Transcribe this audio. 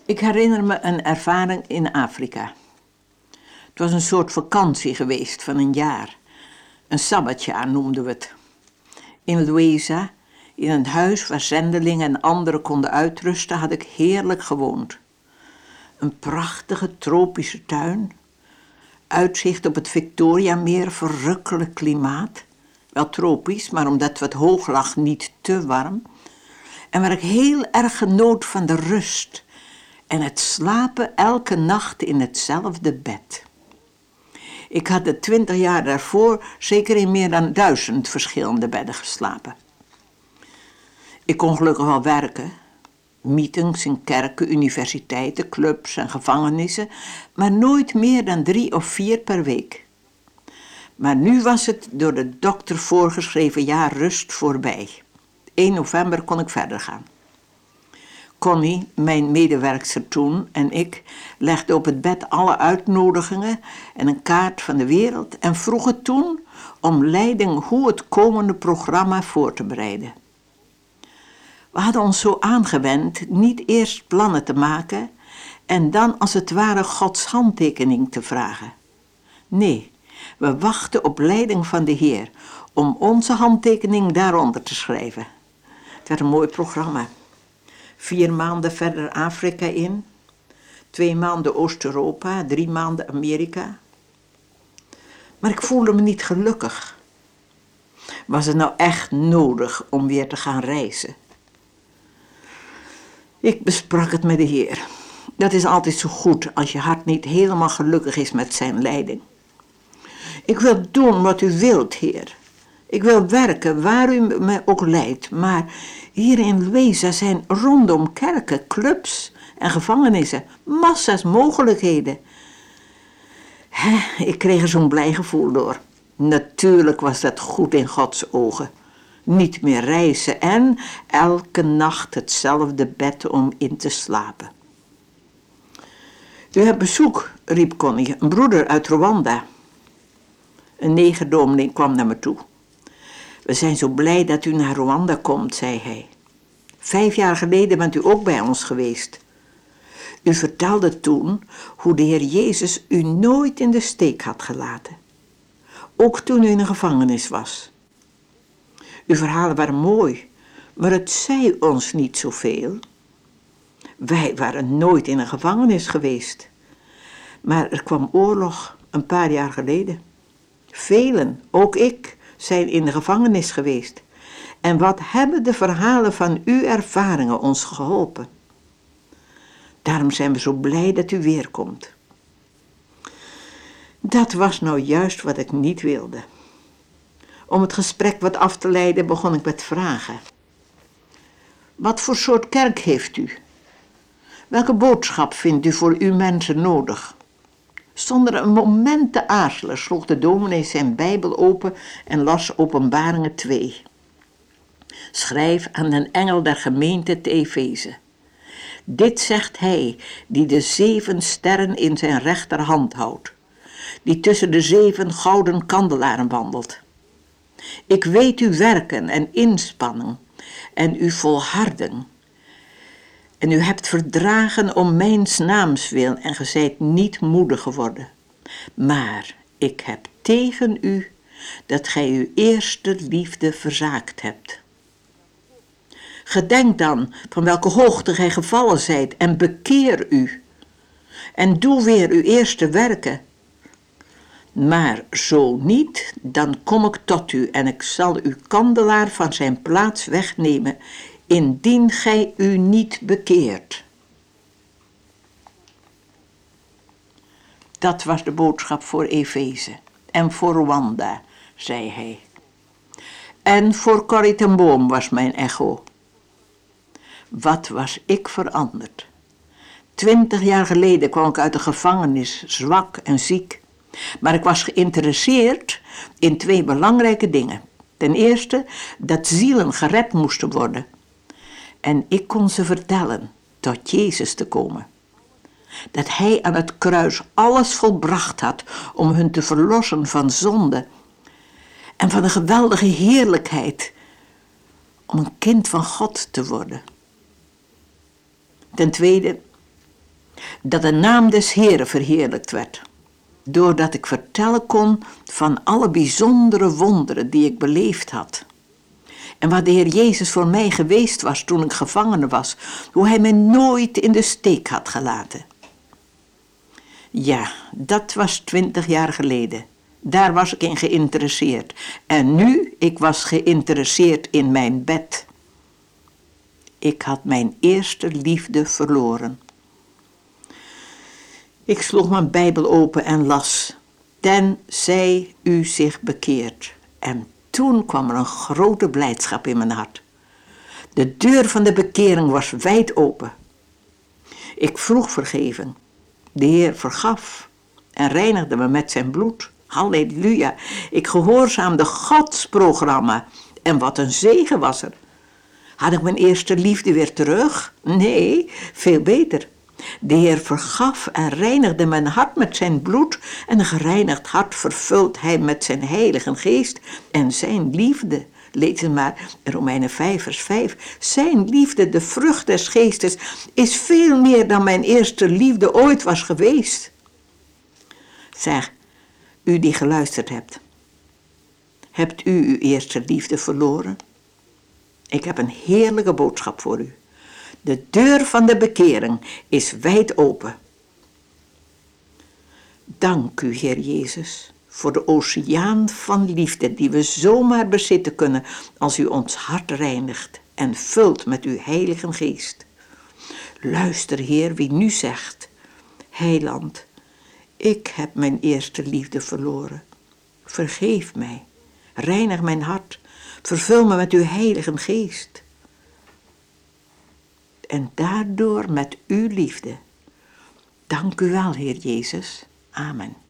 Ik herinner me een ervaring in Afrika. Het was een soort vakantie geweest van een jaar. Een sabbatjaar noemden we het. In Lueza, in een huis waar zendelingen en anderen konden uitrusten, had ik heerlijk gewoond. Een prachtige tropische tuin, uitzicht op het Victoriameer, verrukkelijk klimaat. Wel tropisch, maar omdat het wat hoog lag niet te warm. En waar ik heel erg genoot van de rust en het slapen elke nacht in hetzelfde bed. Ik had de 20 jaar daarvoor zeker in meer dan 1000 verschillende bedden geslapen. Ik kon gelukkig wel werken. Meetings in kerken, universiteiten, clubs en gevangenissen, maar nooit meer dan 3 of 4 per week. Maar nu was het door de dokter voorgeschreven jaar rust voorbij. 1 november kon ik verder gaan. Connie, mijn medewerkster toen, en ik legden op het bed alle uitnodigingen en een kaart van de wereld en vroegen toen om leiding hoe het komende programma voor te bereiden. We hadden ons zo aangewend niet eerst plannen te maken en dan als het ware Gods handtekening te vragen. Nee, we wachten op leiding van de Heer om onze handtekening daaronder te schrijven. Het werd een mooi programma. 4 maanden verder Afrika in, 2 maanden Oost-Europa, 3 maanden Amerika. Maar ik voelde me niet gelukkig. Was het nou echt nodig om weer te gaan reizen? Ik besprak het met de Heer. Dat is altijd zo goed als je hart niet helemaal gelukkig is met zijn leiding. Ik wil doen wat u wilt, Heer. Ik wil werken waar u me ook leidt, maar hier in Lueza zijn rondom kerken, clubs en gevangenissen massa's mogelijkheden. Ik kreeg er zo'n blij gevoel door. Natuurlijk was dat goed in Gods ogen. Niet meer reizen en elke nacht hetzelfde bed om in te slapen. U hebt bezoek, riep Connie, een broeder uit Rwanda. Een negerdominee kwam naar me toe. We zijn zo blij dat u naar Rwanda komt, zei hij. 5 jaar geleden bent u ook bij ons geweest. U vertelde toen hoe de Heer Jezus u nooit in de steek had gelaten. Ook toen u in een gevangenis was. Uw verhalen waren mooi, maar het zei ons niet zoveel. Wij waren nooit in een gevangenis geweest. Maar er kwam oorlog een paar jaar geleden. Velen, ook ik, zijn in de gevangenis geweest. En wat hebben de verhalen van uw ervaringen ons geholpen? Daarom zijn we zo blij dat u weer komt. Dat was nou juist wat ik niet wilde. Om het gesprek wat af te leiden begon ik met vragen. Wat voor soort kerk heeft u? Welke boodschap vindt u voor uw mensen nodig? Zonder een moment te aarzelen sloeg de dominee zijn Bijbel open en las Openbaringen 2. Schrijf aan den engel der gemeente te Efeze. Dit zegt hij die de 7 sterren in zijn rechterhand houdt, die tussen de 7 gouden kandelaren wandelt. Ik weet uw werken en inspanning en uw volharding. En u hebt verdragen om mijns naams wil en ge zijt niet moedig geworden. Maar ik heb tegen u dat gij uw eerste liefde verzaakt hebt. Gedenk dan van welke hoogte gij gevallen zijt en bekeer u. En doe weer uw eerste werken. Maar zo niet, dan kom ik tot u en ik zal uw kandelaar van zijn plaats wegnemen, indien gij u niet bekeert. Dat was de boodschap voor Efeze en voor Rwanda, zei hij. En voor Corrie ten Boom was mijn echo. Wat was ik veranderd? 20 jaar geleden kwam ik uit de gevangenis, zwak en ziek. Maar ik was geïnteresseerd in 2 belangrijke dingen. Ten eerste, dat zielen gered moesten worden. En ik kon ze vertellen tot Jezus te komen. Dat hij aan het kruis alles volbracht had om hun te verlossen van zonde. En van de geweldige heerlijkheid om een kind van God te worden. Ten tweede, dat de naam des Heeren verheerlijkt werd. Doordat ik vertellen kon van alle bijzondere wonderen die ik beleefd had. En waar de Heer Jezus voor mij geweest was toen ik gevangene was. Hoe hij mij nooit in de steek had gelaten. Ja, dat was 20 jaar geleden. Daar was ik in geïnteresseerd. En nu, ik was geïnteresseerd in mijn bed. Ik had mijn eerste liefde verloren. Ik sloeg mijn Bijbel open en las. Tenzij u zich bekeert. En toen kwam er een grote blijdschap in mijn hart. De deur van de bekering was wijd open. Ik vroeg vergeving. De Heer vergaf en reinigde me met zijn bloed. Halleluja. Ik gehoorzaamde Gods programma. En wat een zegen was er. Had ik mijn eerste liefde weer terug? Nee, veel beter. De Heer vergaf en reinigde mijn hart met zijn bloed. En een gereinigd hart vervult hij met zijn heilige geest en zijn liefde. Lees het maar, Romeinen 5 vers 5. Zijn liefde, de vrucht des geestes, is veel meer dan mijn eerste liefde ooit was geweest. Zeg, u die geluisterd hebt. Hebt u uw eerste liefde verloren? Ik heb een heerlijke boodschap voor u. De deur van de bekering is wijd open. Dank u, Heer Jezus, voor de oceaan van liefde die we zomaar bezitten kunnen als u ons hart reinigt en vult met uw heilige geest. Luister, Heer, wie nu zegt, Heiland, ik heb mijn eerste liefde verloren. Vergeef mij, reinig mijn hart, vervul me met uw heilige geest. En daardoor met uw liefde. Dank u wel, Heer Jezus. Amen.